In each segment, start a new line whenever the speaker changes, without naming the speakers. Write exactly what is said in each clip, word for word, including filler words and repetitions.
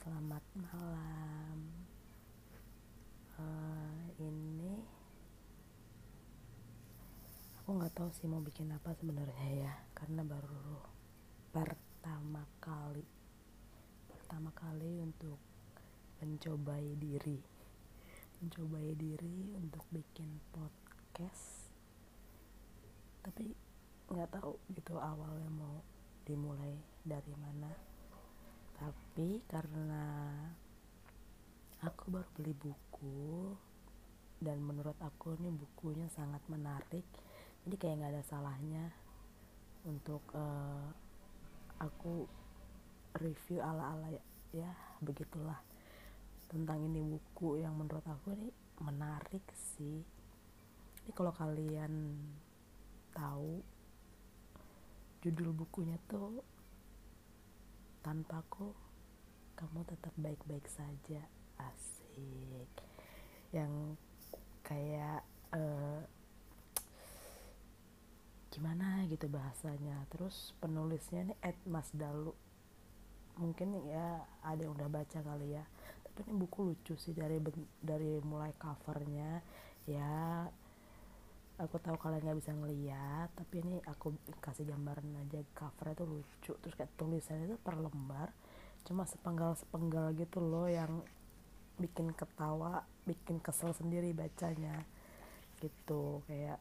Selamat malam. Uh, ini aku nggak tahu sih mau bikin apa sebenarnya ya, karena baru pertama kali, pertama kali untuk mencobai diri, mencobai diri untuk bikin podcast. Tapi nggak tahu gitu awalnya mau dimulai dari mana. Tapi karena aku baru beli buku dan menurut aku nih bukunya sangat menarik, jadi kayak nggak ada salahnya untuk uh, aku review ala-ala ya, ya begitulah tentang ini buku yang menurut aku nih menarik sih. Ini kalau kalian tahu judul bukunya tuh Tanpaku Kamu Tetap Baik-Baik Saja. Asik. Yang kayak uh, gimana gitu bahasanya. Terus penulisnya nih Ed Masdalu, mungkin ya ada yang udah baca kali ya. Tapi ini buku lucu sih, dari dari mulai covernya ya. Aku tahu kalian nggak bisa ngeliat, tapi ini aku kasih gambaran aja. Covernya tuh lucu, terus kayak tulisannya tuh per lembar cuma sepenggal-sepenggal gitu loh, yang bikin ketawa, bikin kesel sendiri bacanya gitu. Kayak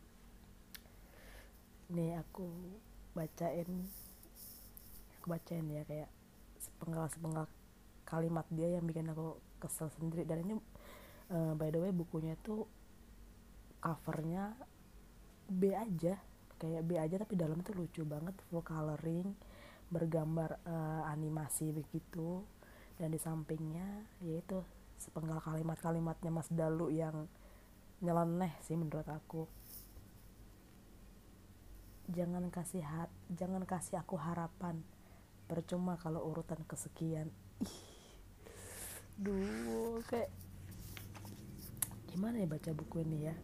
nih aku bacain aku bacain ya, kayak sepenggal-sepenggal kalimat dia yang bikin aku kesel sendiri. Dan ini uh, by the way bukunya tuh covernya B aja, kayak B aja tapi dalam tuh lucu banget, full coloring, bergambar uh, animasi begitu. Dan di sampingnya yaitu sepenggal kalimat-kalimatnya Mas Dalu yang nyeleneh sih menurut aku. Jangan kasih hat, jangan kasih aku harapan, percuma kalau urutan kesekian. Ih, duh, kayak gimana ya baca buku ini ya.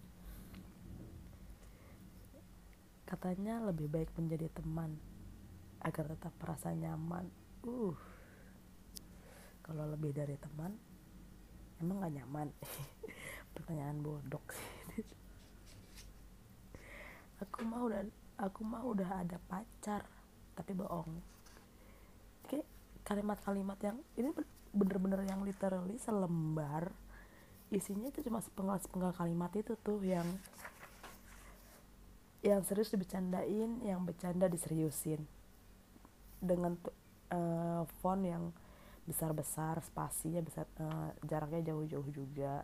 Katanya lebih baik menjadi teman agar tetap merasa nyaman. Uh, kalau lebih dari teman, emang gak nyaman? Pertanyaan bodoh sih. Aku mah udah, aku mah udah ada pacar, tapi bohong. Kayak kalimat-kalimat yang ini bener-bener yang literally selembar, isinya itu cuma sepenggal-sepenggal kalimat itu tuh, yang yang serius dibecandain, yang bercanda diseriusin, dengan uh, font yang besar-besar, spasinya besar, uh, jaraknya jauh-jauh juga.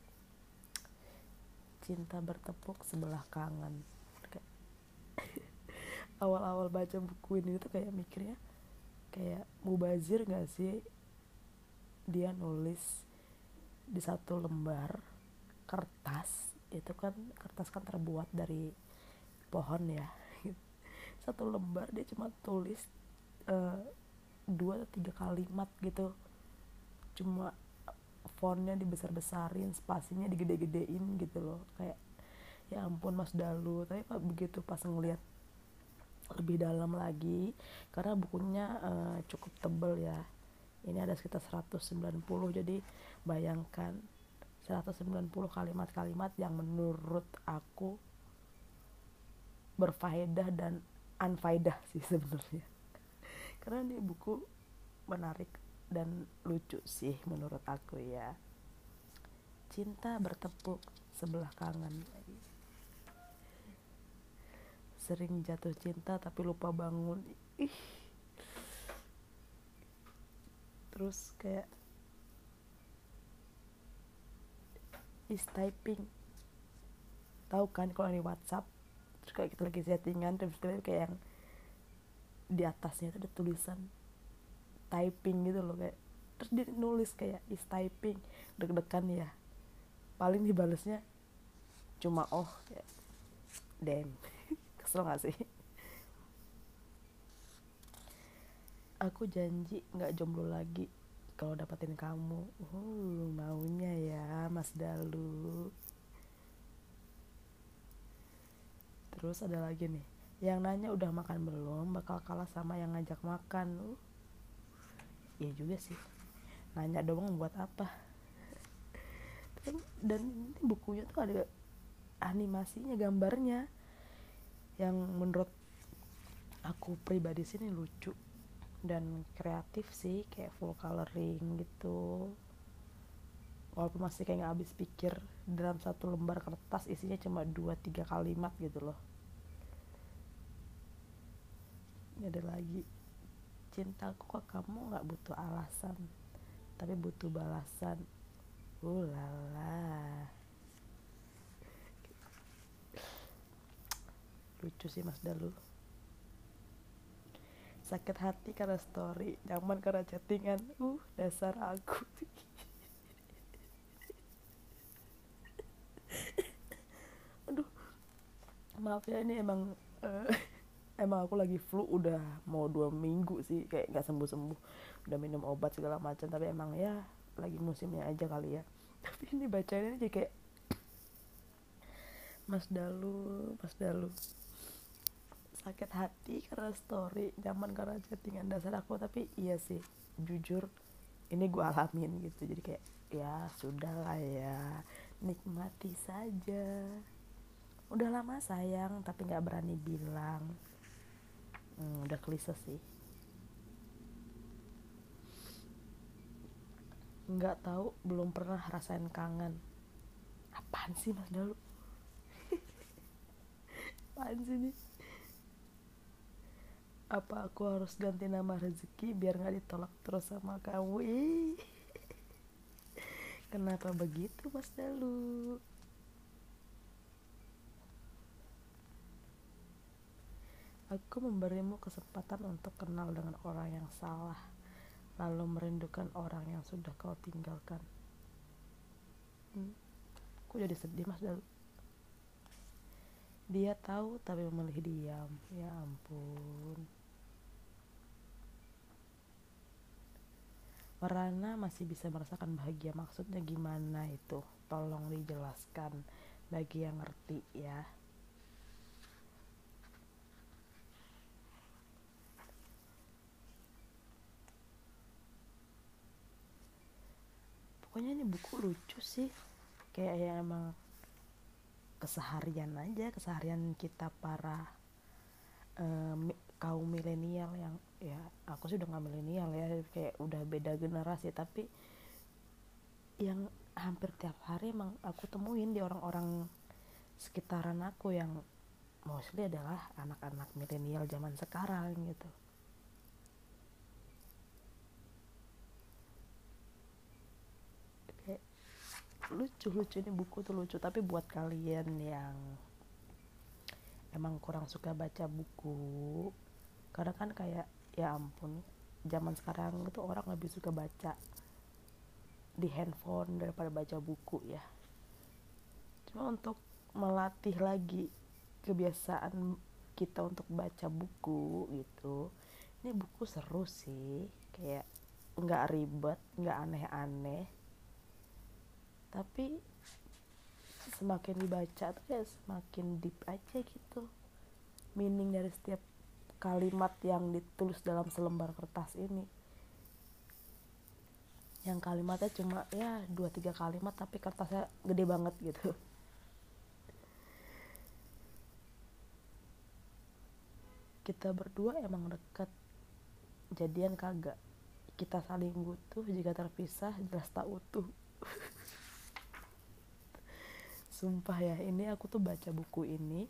Cinta bertepuk sebelah kangen. Kayak awal-awal baca buku ini tuh kayak mikirnya kayak mubazir gak sih dia nulis di satu lembar kertas. Itu kan kertas kan terbuat dari pohon ya. Satu lembar dia cuma tulis uh, dua atau tiga kalimat gitu, cuma fontnya dibesar-besarin, spasinya digede-gedein gitu loh. Kayak ya ampun Mas Dalu. Tapi pak begitu pas ngeliat lebih dalam lagi, karena bukunya uh, cukup tebal ya, ini ada sekitar seratus sembilan puluh, jadi bayangkan seratus sembilan puluh kalimat-kalimat yang menurut aku berfaedah dan unfaedah sih sebenarnya. Karena ini buku menarik dan lucu sih menurut aku ya. Cinta bertepuk sebelah kangen. Sering jatuh cinta tapi lupa bangun. Ih. Terus kayak is typing, tahu kan kalau di WhatsApp, terus kayak kita lagi settingan, terus kayak yang di atasnya itu ada tulisan typing gitu loh, kayak terus dia nulis kayak is typing, deg-degan ya. Paling dibalesnya cuma oh, kayak damn. Kesel gak sih? Aku janji gak jomblo lagi kalau dapetin kamu. Uh, maunya ya Mas Dalu. Terus ada lagi nih, yang nanya udah makan belum bakal kalah sama yang ngajak makan. uh. iya juga sih, nanya doang buat apa. Dan ini bukunya tuh ada animasinya, gambarnya yang menurut aku pribadi sini lucu dan kreatif sih, kayak full coloring gitu, walaupun masih kayak nggak habis pikir. Dalam satu lembar kertas isinya cuma dua tiga kalimat gitu loh. Ini ada lagi, cintaku ke kamu nggak butuh alasan tapi butuh balasan. Ulala, lucu sih Mas Dalu. Sakit hati karena story, nyaman karena chattingan. Uh, dasar aku. Aduh, maaf ya, ini emang uh, emang aku lagi flu udah mau dua minggu sih, kayak nggak sembuh sembuh. Udah minum obat segala macam, tapi emang ya lagi musimnya aja kali ya. Tapi ini bacanya aja kayak Mas Dalu, Mas Dalu. Sakit hati karena story, nyaman karena chattingan, dasar aku. Tapi iya sih, jujur ini gue alamin gitu. Jadi kayak ya sudah lah ya, nikmati saja. Udah lama sayang tapi nggak berani bilang. Hmm, udah klise sih. Nggak tahu, belum pernah rasain kangen. Apaan sih Mas Dalu? Apaan sih nih? Apa aku harus ganti nama rezeki biar nggak ditolak terus sama kamu? Ih, kenapa begitu Mas Dalu? Aku memberimu kesempatan untuk kenal dengan orang yang salah, lalu merindukan orang yang sudah kau tinggalkan. Hmm, aku jadi sedih Mas Dalu. Dia tahu tapi memilih diam. Ya ampun. Merana masih bisa merasakan bahagia, maksudnya gimana itu? Tolong dijelaskan bagi yang ngerti ya. Pokoknya ini buku lucu sih, kayak ya emang keseharian aja, keseharian kita para um, kaum milenial yang ya aku sih udah nggak milenial ya, kayak udah beda generasi, tapi yang hampir tiap hari emang aku temuin di orang-orang sekitaran aku yang mostly adalah anak-anak milenial zaman sekarang gitu. Kayak lucu-lucu, ini buku tuh lucu. Tapi buat kalian yang emang kurang suka baca buku, karena kan kayak ya ampun, zaman sekarang itu orang lebih suka baca di handphone daripada baca buku ya. Cuma untuk melatih lagi kebiasaan kita untuk baca buku gitu, ini buku seru sih, kayak nggak ribet, nggak aneh-aneh, tapi semakin dibaca tuh ya semakin deep aja gitu meaning dari setiap kalimat yang ditulis dalam selembar kertas ini. Yang kalimatnya cuma ya dua tiga kalimat tapi kertasnya gede banget gitu. Kita berdua emang dekat, jadian kagak. Kita saling butuh, jika terpisah jelas tak utuh. Sumpah ya, ini aku tuh baca buku ini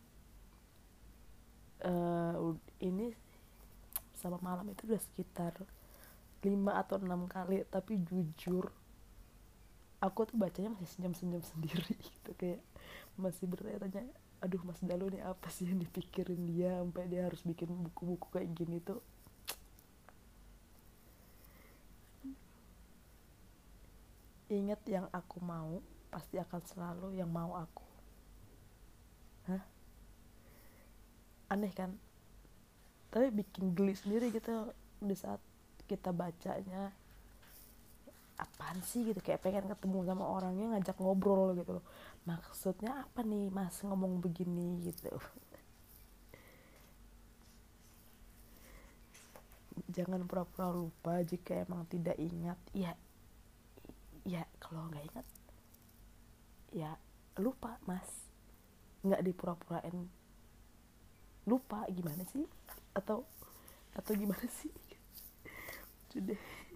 uh, ini sama malam itu udah sekitar lima atau enam kali, tapi jujur aku tuh bacanya masih senyum-senyum sendiri gitu, kayak masih bertanya, aduh Mas Dalu nih apa sih yang dipikirin dia sampai dia harus bikin buku-buku kayak gini tuh. Ingat, yang aku mau pasti akan selalu yang mau aku. Hah? Aneh kan? Tapi bikin geli sendiri gitu di saat kita bacanya. Apaan sih gitu, kayak pengen ketemu sama orangnya, ngajak ngobrol gitu loh. Maksudnya apa nih Mas ngomong begini gitu. jangan pura-pura lupa jika emang tidak ingat. Ya, ya kalau nggak ingat ya lupa mas, nggak dipura-purain lupa gimana sih, atau atau gimana sih. Sudah.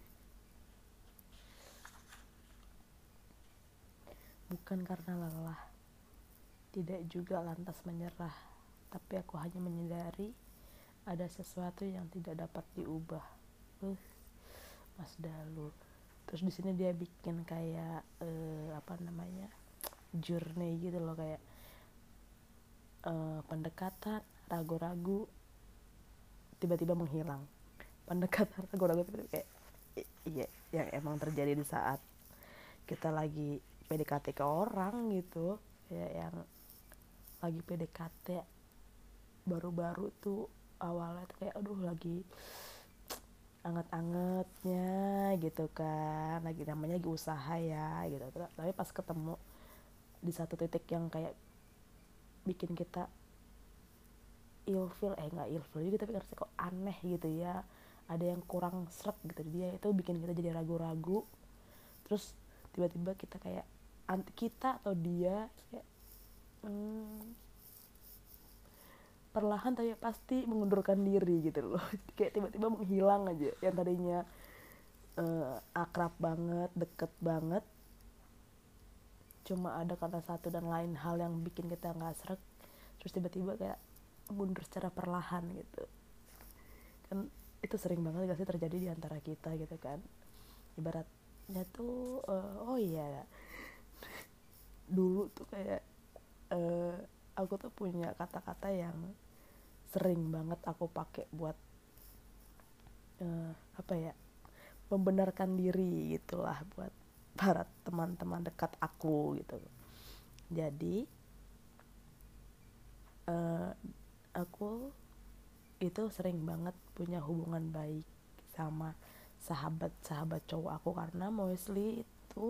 Bukan karena lelah, tidak juga lantas menyerah, tapi aku hanya menyadari ada sesuatu yang tidak dapat diubah. uh, Mas Dalu. Terus di sini dia bikin kayak uh, apa namanya, journey gitu loh, kayak uh, pendekatan, ragu-ragu, tiba-tiba menghilang. Pendekatan, ragu-ragu, tiba-tiba kayak iya, yang emang terjadi di saat kita lagi P D K T ke orang gitu, kayak yang lagi P D K T baru-baru tuh awalnya tuh kayak aduh lagi anget-angetnya gitu kan, lagi namanya lagi usaha ya gitu, tapi pas ketemu di satu titik yang kayak bikin kita ilfeel, eh nggak ilfeel juga tapi harusnya kok aneh gitu ya, ada yang kurang srek gitu, dia itu bikin kita jadi ragu-ragu. Terus tiba-tiba kita kayak kita atau dia kayak hmm, perlahan tapi pasti mengundurkan diri gitu loh. Kayak tiba-tiba menghilang aja yang tadinya uh, akrab banget, deket banget, cuma ada karena satu dan lain hal yang bikin kita nggak srek, terus tiba-tiba kayak mundur secara perlahan gitu kan. Itu sering banget gak sih terjadi di antara kita gitu kan. Ibaratnya tuh uh, oh iya, dulu tuh kayak uh, aku tuh punya kata-kata yang sering banget aku pakai buat uh, apa ya, membenarkan diri gitulah buat para teman-teman dekat aku gitu. Jadi uh, aku itu sering banget punya hubungan baik sama sahabat-sahabat cowok aku, karena mostly itu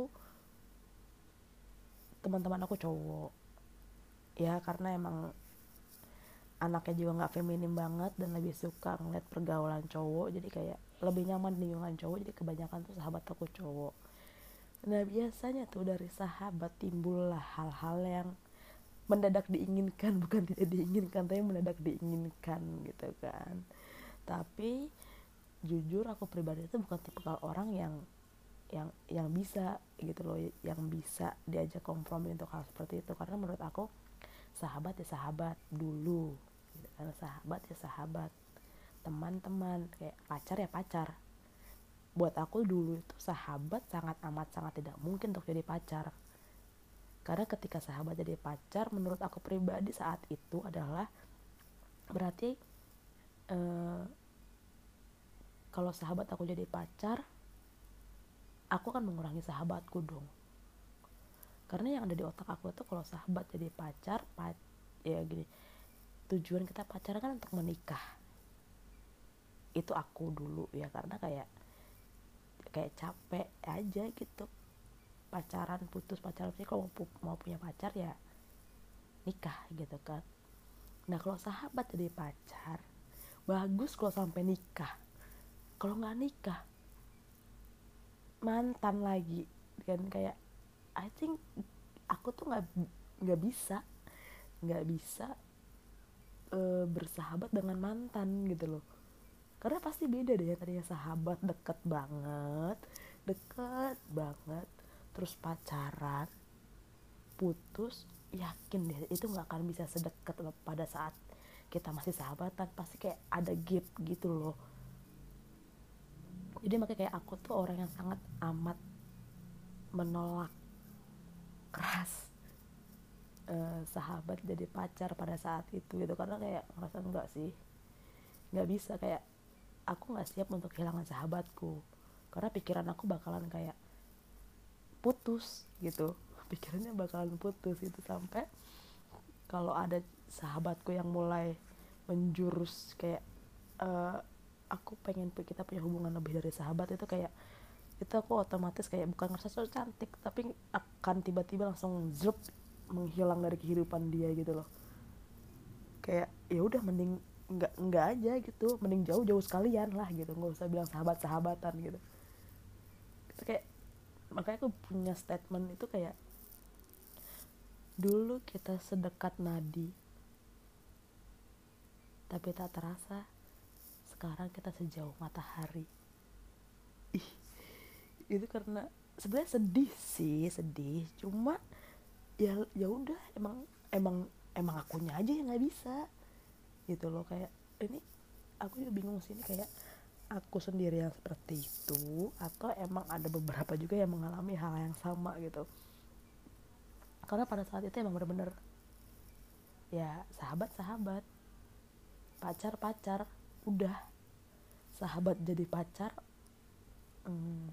teman-teman aku cowok ya, karena emang anaknya juga nggak feminim banget dan lebih suka ngeliat pergaulan cowok, jadi kayak lebih nyaman di lingkungan cowok, jadi kebanyakan tuh sahabat aku cowok. Nah biasanya tuh dari sahabat timbullah hal-hal yang mendadak diinginkan, bukan tidak diinginkan tapi mendadak diinginkan gitu kan. Tapi jujur aku pribadi itu bukan tipikal orang yang yang yang bisa gitu loh, yang bisa diajak kompromi untuk hal seperti itu, karena menurut aku sahabat ya sahabat dulu gitu. Karena sahabat ya sahabat, teman-teman, kayak pacar ya pacar. Buat aku dulu itu sahabat sangat amat sangat tidak mungkin untuk jadi pacar, karena ketika sahabat jadi pacar menurut aku pribadi saat itu adalah berarti eh, kalau sahabat aku jadi pacar, aku akan mengurangi sahabatku dong. Karena yang ada di otak aku itu kalau sahabat jadi pacar, pac- ya gini, tujuan kita pacaran kan untuk menikah. Itu aku dulu ya, karena kayak kayak capek aja gitu pacaran, putus pacaran sih, kalau mau, mau punya pacar ya nikah gitu kan. Nah kalau sahabat jadi pacar bagus kalau sampai nikah, kalau nggak nikah mantan lagi kan. Kayak I think aku tuh nggak nggak bisa nggak bisa e, bersahabat dengan mantan gitu loh, karena pasti beda deh. Tadinya sahabat deket banget deket banget terus pacaran putus, yakin deh itu nggak akan bisa sedekat pada saat kita masih sahabatan, pasti kayak ada gap gitu loh. Jadi makanya kayak aku tuh orang yang sangat amat menolak keras uh, sahabat jadi pacar pada saat itu gitu, karena kayak ngerasa enggak sih, nggak bisa, kayak aku nggak siap untuk kehilangan sahabatku, karena pikiran aku bakalan kayak putus gitu, pikirannya bakalan putus gitu. Sampai kalau ada sahabatku yang mulai menjurus kayak uh, aku pengen kita punya hubungan lebih dari sahabat, itu kayak itu aku otomatis kayak bukan ngerasa so cantik, tapi akan tiba-tiba langsung zrup menghilang dari kehidupan dia gitu loh. Kayak ya udah mending nggak nggak aja gitu, mending jauh-jauh sekalian lah gitu, nggak usah bilang sahabat-sahabatan gitu. Itu kayak, makanya aku punya statement itu kayak, dulu kita sedekat nadi tapi tak terasa sekarang kita sejauh matahari. Ih, itu karena sebenarnya sedih sih, sedih, cuma ya ya udah, emang emang emang akunya aja yang nggak bisa gitu loh. Kayak ini aku juga bingung sih, ini kayak aku sendiri yang seperti itu atau emang ada beberapa juga yang mengalami hal yang sama gitu. Karena pada saat itu emang bener-bener ya sahabat-sahabat, pacar-pacar, udah. Sahabat jadi pacar, hmm,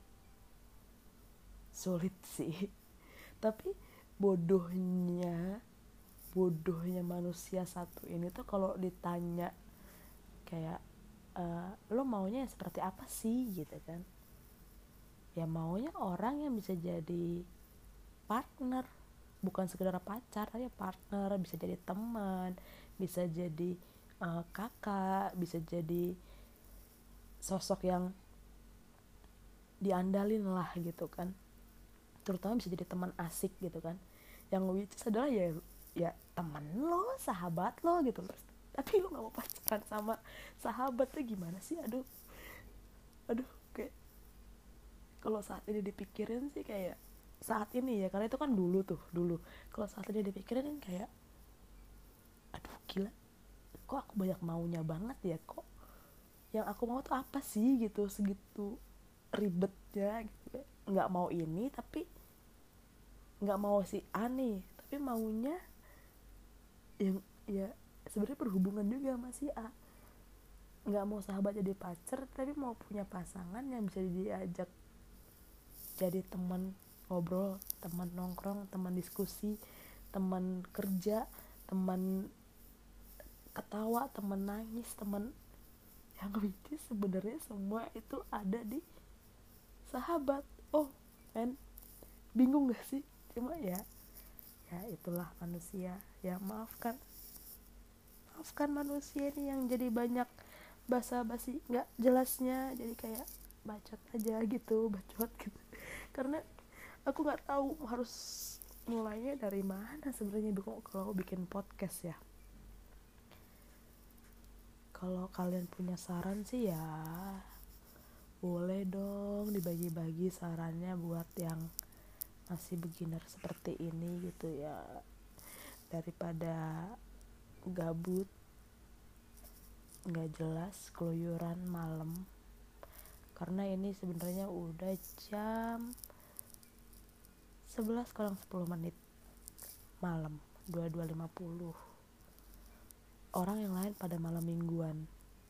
sulit sih. Tapi bodohnya bodohnya manusia satu ini tuh, kalau ditanya kayak e, lo maunya seperti apa sih gitu kan, ya maunya orang yang bisa jadi partner, bukan sekedar pacar, tapi partner, bisa jadi teman, bisa jadi uh, kakak, bisa jadi sosok yang diandalin lah gitu kan, terutama bisa jadi teman asik gitu kan, yang which is adalah ya ya teman lo, sahabat lo gitu loh. Tapi lo nggak mau pacaran sama sahabat tuh gimana sih? Aduh, aduh, kayak kalau saat ini dipikirin sih kayak saat ini ya, karena itu kan dulu tuh dulu. Kalau saat ini dipikirin kayak, aduh gila, kok aku banyak maunya banget ya, kok yang aku mau tuh apa sih gitu, segitu ribetnya gitu. Nggak mau ini tapi nggak mau si A nih, tapi maunya yang ya sebenarnya berhubungan juga sama si A. Nggak mau sahabat jadi pacar, tapi mau punya pasangan yang bisa diajak jadi teman ngobrol, teman nongkrong, teman diskusi, teman kerja, teman ketawa, teman nangis, teman yang which is sebenarnya semua itu ada di sahabat. Oh men, bingung gak sih? Cuma ya ya itulah manusia ya. Maafkan maafkan manusia ini yang jadi banyak basa-basi nggak jelasnya, jadi kayak bacot aja gitu, bacot gitu. Karena aku nggak tahu harus mulainya dari mana sebenarnya kalau bikin podcast ya. Kalau kalian punya saran sih ya boleh dong dibagi-bagi sarannya buat yang masih beginner seperti ini gitu ya, daripada gabut nggak jelas keluyuran malam. Karena ini sebenarnya udah jam sebelas kurang sepuluh menit malam, dua puluh dua lima puluh. Orang yang lain pada malam mingguan.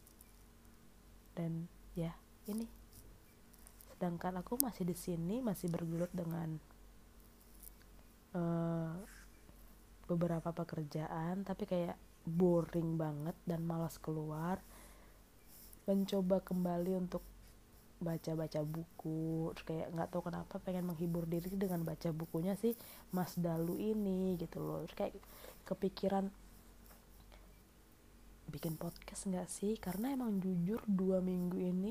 Dan ya, ini. Sedangkan aku masih di sini, masih bergelut dengan uh, beberapa pekerjaan, tapi kayak boring banget dan malas keluar. Mencoba kembali untuk baca-baca buku, terus kayak nggak tahu kenapa pengen menghibur diri dengan baca bukunya sih Mas Dalu ini gitu loh. Terus kayak kepikiran bikin podcast nggak sih, karena emang jujur dua minggu ini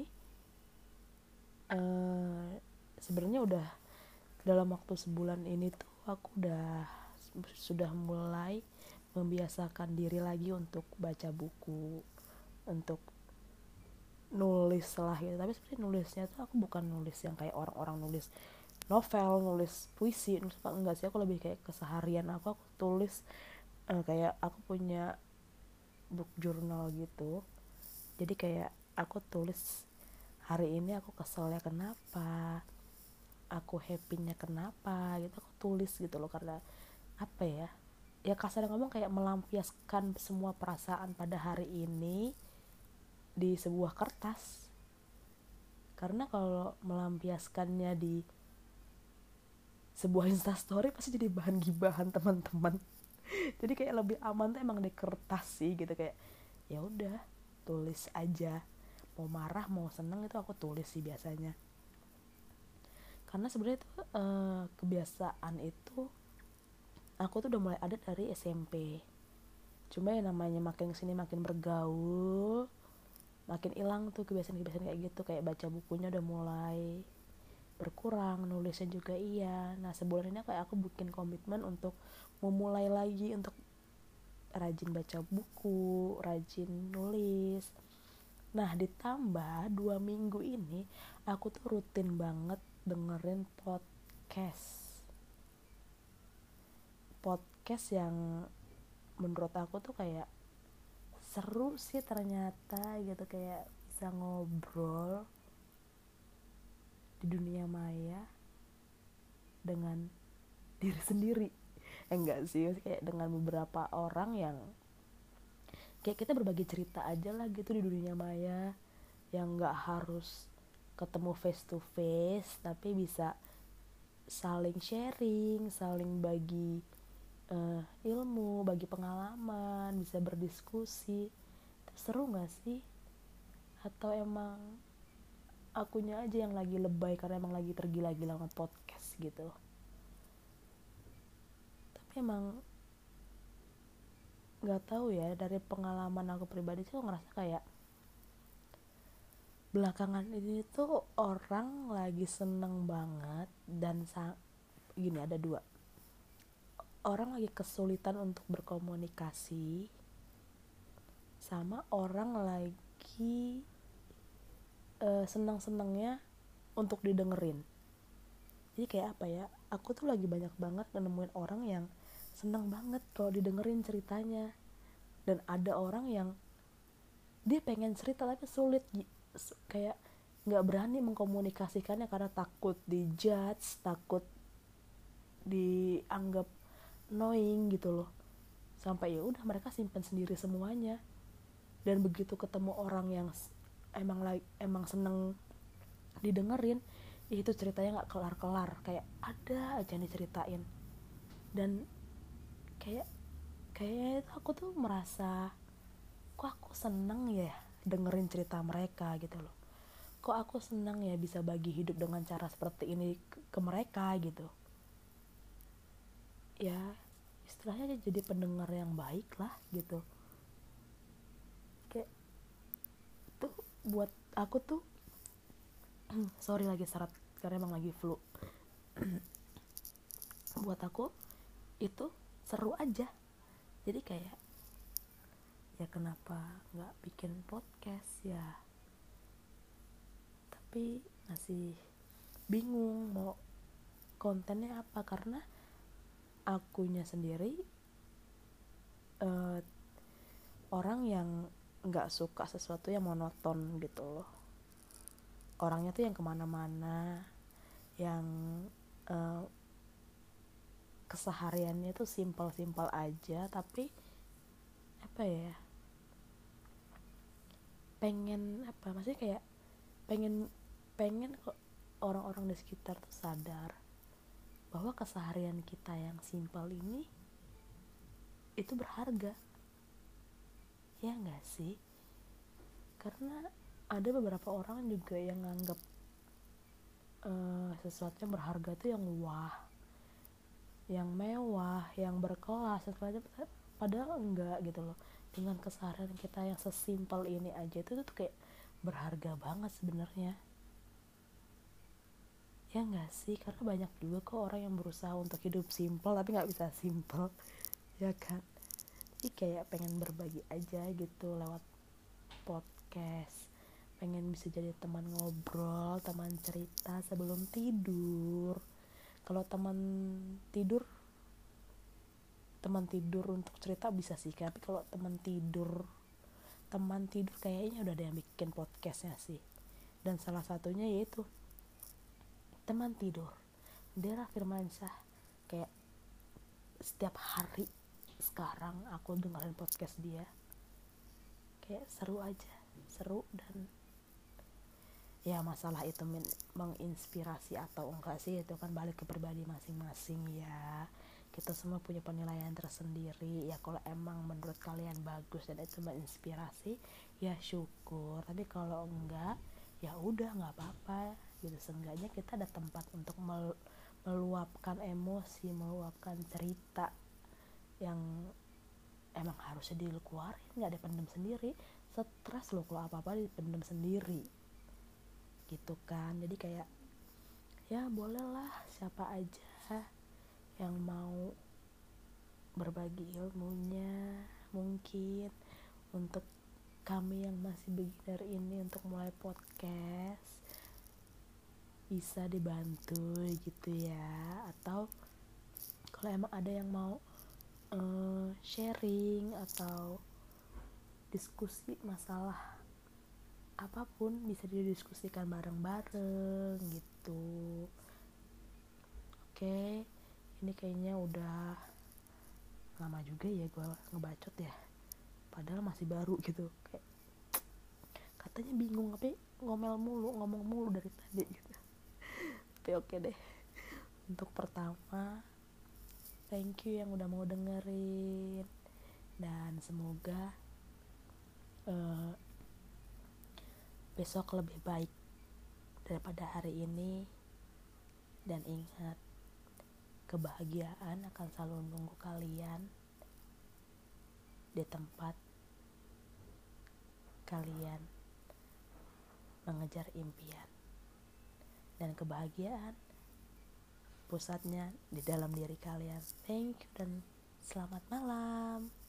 uh, sebenarnya udah dalam waktu sebulan ini tuh aku udah sudah mulai membiasakan diri lagi untuk baca buku, untuk nulis lah gitu. Tapi sebenarnya nulisnya tuh aku bukan nulis yang kayak orang-orang nulis novel, nulis puisi, nulis apa, enggak sih. Aku lebih kayak keseharian aku, aku tulis uh, kayak aku punya book journal gitu. Jadi kayak aku tulis hari ini aku keselnya kenapa, aku happy-nya kenapa gitu, aku tulis gitu loh. Karena apa ya, ya kasar ngomong kayak melampiaskan semua perasaan pada hari ini di sebuah kertas. Karena kalau melampiaskannya di sebuah instastory pasti jadi bahan gibahan teman-teman. Jadi kayak lebih aman tuh emang di kertas sih gitu. Kayak ya udah tulis aja, mau marah mau seneng itu aku tulis sih biasanya. Karena sebenarnya itu eh, kebiasaan itu aku tuh udah mulai ada dari S M P. Cuma ya namanya makin kesini makin bergaul, makin hilang tuh kebiasaan-kebiasaan kayak gitu. Kayak baca bukunya udah mulai berkurang, nulisnya juga iya. Nah sebulan ini kayak aku bikin komitmen untuk memulai lagi untuk rajin baca buku, rajin nulis. Nah ditambah dua minggu ini aku tuh rutin banget dengerin podcast. Podcast yang menurut aku tuh kayak seru sih ternyata gitu, kayak bisa ngobrol di dunia maya dengan diri sendiri. Eh, enggak sih, kayak dengan beberapa orang yang kayak kita berbagi cerita aja lah gitu di dunia maya, yang nggak harus ketemu face to face tapi bisa saling sharing, saling bagi uh, ilmu, bagi pengalaman, bisa berdiskusi. Seru nggak sih? Atau emang akunya aja yang lagi lebay karena emang lagi tergila-gila sama podcast gitu? Tapi emang nggak tahu ya, dari pengalaman aku pribadi sih aku ngerasa kayak belakangan ini tuh orang lagi seneng banget dan sang- gini, ada dua orang lagi kesulitan untuk berkomunikasi, sama orang lagi uh, senang-senangnya untuk didengerin. Jadi kayak apa ya, aku tuh lagi banyak banget nemuin orang yang senang banget kalau didengerin ceritanya, dan ada orang yang dia pengen cerita tapi sulit, kayak nggak berani mengkomunikasikannya karena takut dijudge, takut dianggap annoying gitu loh, sampai ya udah mereka simpan sendiri semuanya. Dan begitu ketemu orang yang emang like, emang seneng didengerin, itu ceritanya nggak kelar-kelar, kayak ada aja nih ceritain. Dan kayak kayak aku tuh merasa kok aku seneng ya dengerin cerita mereka gitu loh, kok aku seneng ya bisa bagi hidup dengan cara seperti ini ke, ke mereka gitu ya. Istilahnya jadi pendengar yang baik lah gitu. Kayak tuh buat aku tuh sorry lagi seret karena emang lagi flu. Buat aku itu seru aja. Jadi kayak ya kenapa nggak bikin podcast ya, tapi masih bingung mau kontennya apa, karena akunya sendiri uh, orang yang nggak suka sesuatu yang monoton gitu loh. Orangnya tuh yang kemana-mana, yang uh, kesehariannya tuh simpel-simpel aja, tapi apa ya, pengen apa maksudnya kayak pengen pengen kok orang-orang di sekitar tuh sadar bahwa keseharian kita yang simpel ini itu berharga, ya nggak sih? Karena ada beberapa orang juga yang nganggap uh, sesuatu yang berharga tuh yang wah, yang mewah, yang berkelas, padahal enggak gitu loh. Dengan keseharian kita yang sesimpel ini aja itu tuh kayak berharga banget sebenarnya, ya nggak sih? Karena banyak juga kok orang yang berusaha untuk hidup simpel tapi nggak bisa simpel, ya kan? Jadi kayak pengen berbagi aja gitu lewat podcast, pengen bisa jadi teman ngobrol, teman cerita sebelum tidur. Kalau teman tidur teman tidur untuk cerita bisa sih, tapi kalau teman tidur teman tidur kayaknya udah ada yang bikin podcastnya sih. Dan salah satunya yaitu teman tidur Dera Firmansyah. Kayak setiap hari sekarang aku dengerin podcast dia, kayak seru aja, seru. Dan ya masalah itu men- menginspirasi atau enggak sih, itu kan balik ke pribadi masing-masing ya. Kita semua punya penilaian tersendiri ya. Kalau emang menurut kalian bagus dan itu menginspirasi ya syukur, tapi kalau enggak ya udah nggak apa-apa gitu. Seenggaknya kita ada tempat untuk mel- meluapkan emosi, meluapkan cerita yang emang harusnya dikeluarin, nggak dipendam sendiri. Stres loh kalau apa-apa dipendam sendiri gitu kan. Jadi kayak ya bolehlah siapa aja yang mau berbagi ilmunya, mungkin untuk kami yang masih beginner ini untuk mulai podcast bisa dibantu gitu ya. Atau kalau emang ada yang mau uh, sharing atau diskusi masalah apapun, bisa didiskusikan bareng-bareng gitu. Oke, ini kayaknya udah lama juga ya gue ngebacot ya, padahal masih baru gitu, kayak katanya bingung tapi ngomel mulu, ngomong mulu dari tadi gitu. Tapi oke deh, untuk pertama thank you yang udah mau dengerin, dan semoga uh, besok lebih baik daripada hari ini. Dan ingat, kebahagiaan akan selalu menunggu kalian di tempat kalian mengejar impian. Dan kebahagiaan pusatnya di dalam diri kalian. Thank you dan selamat malam.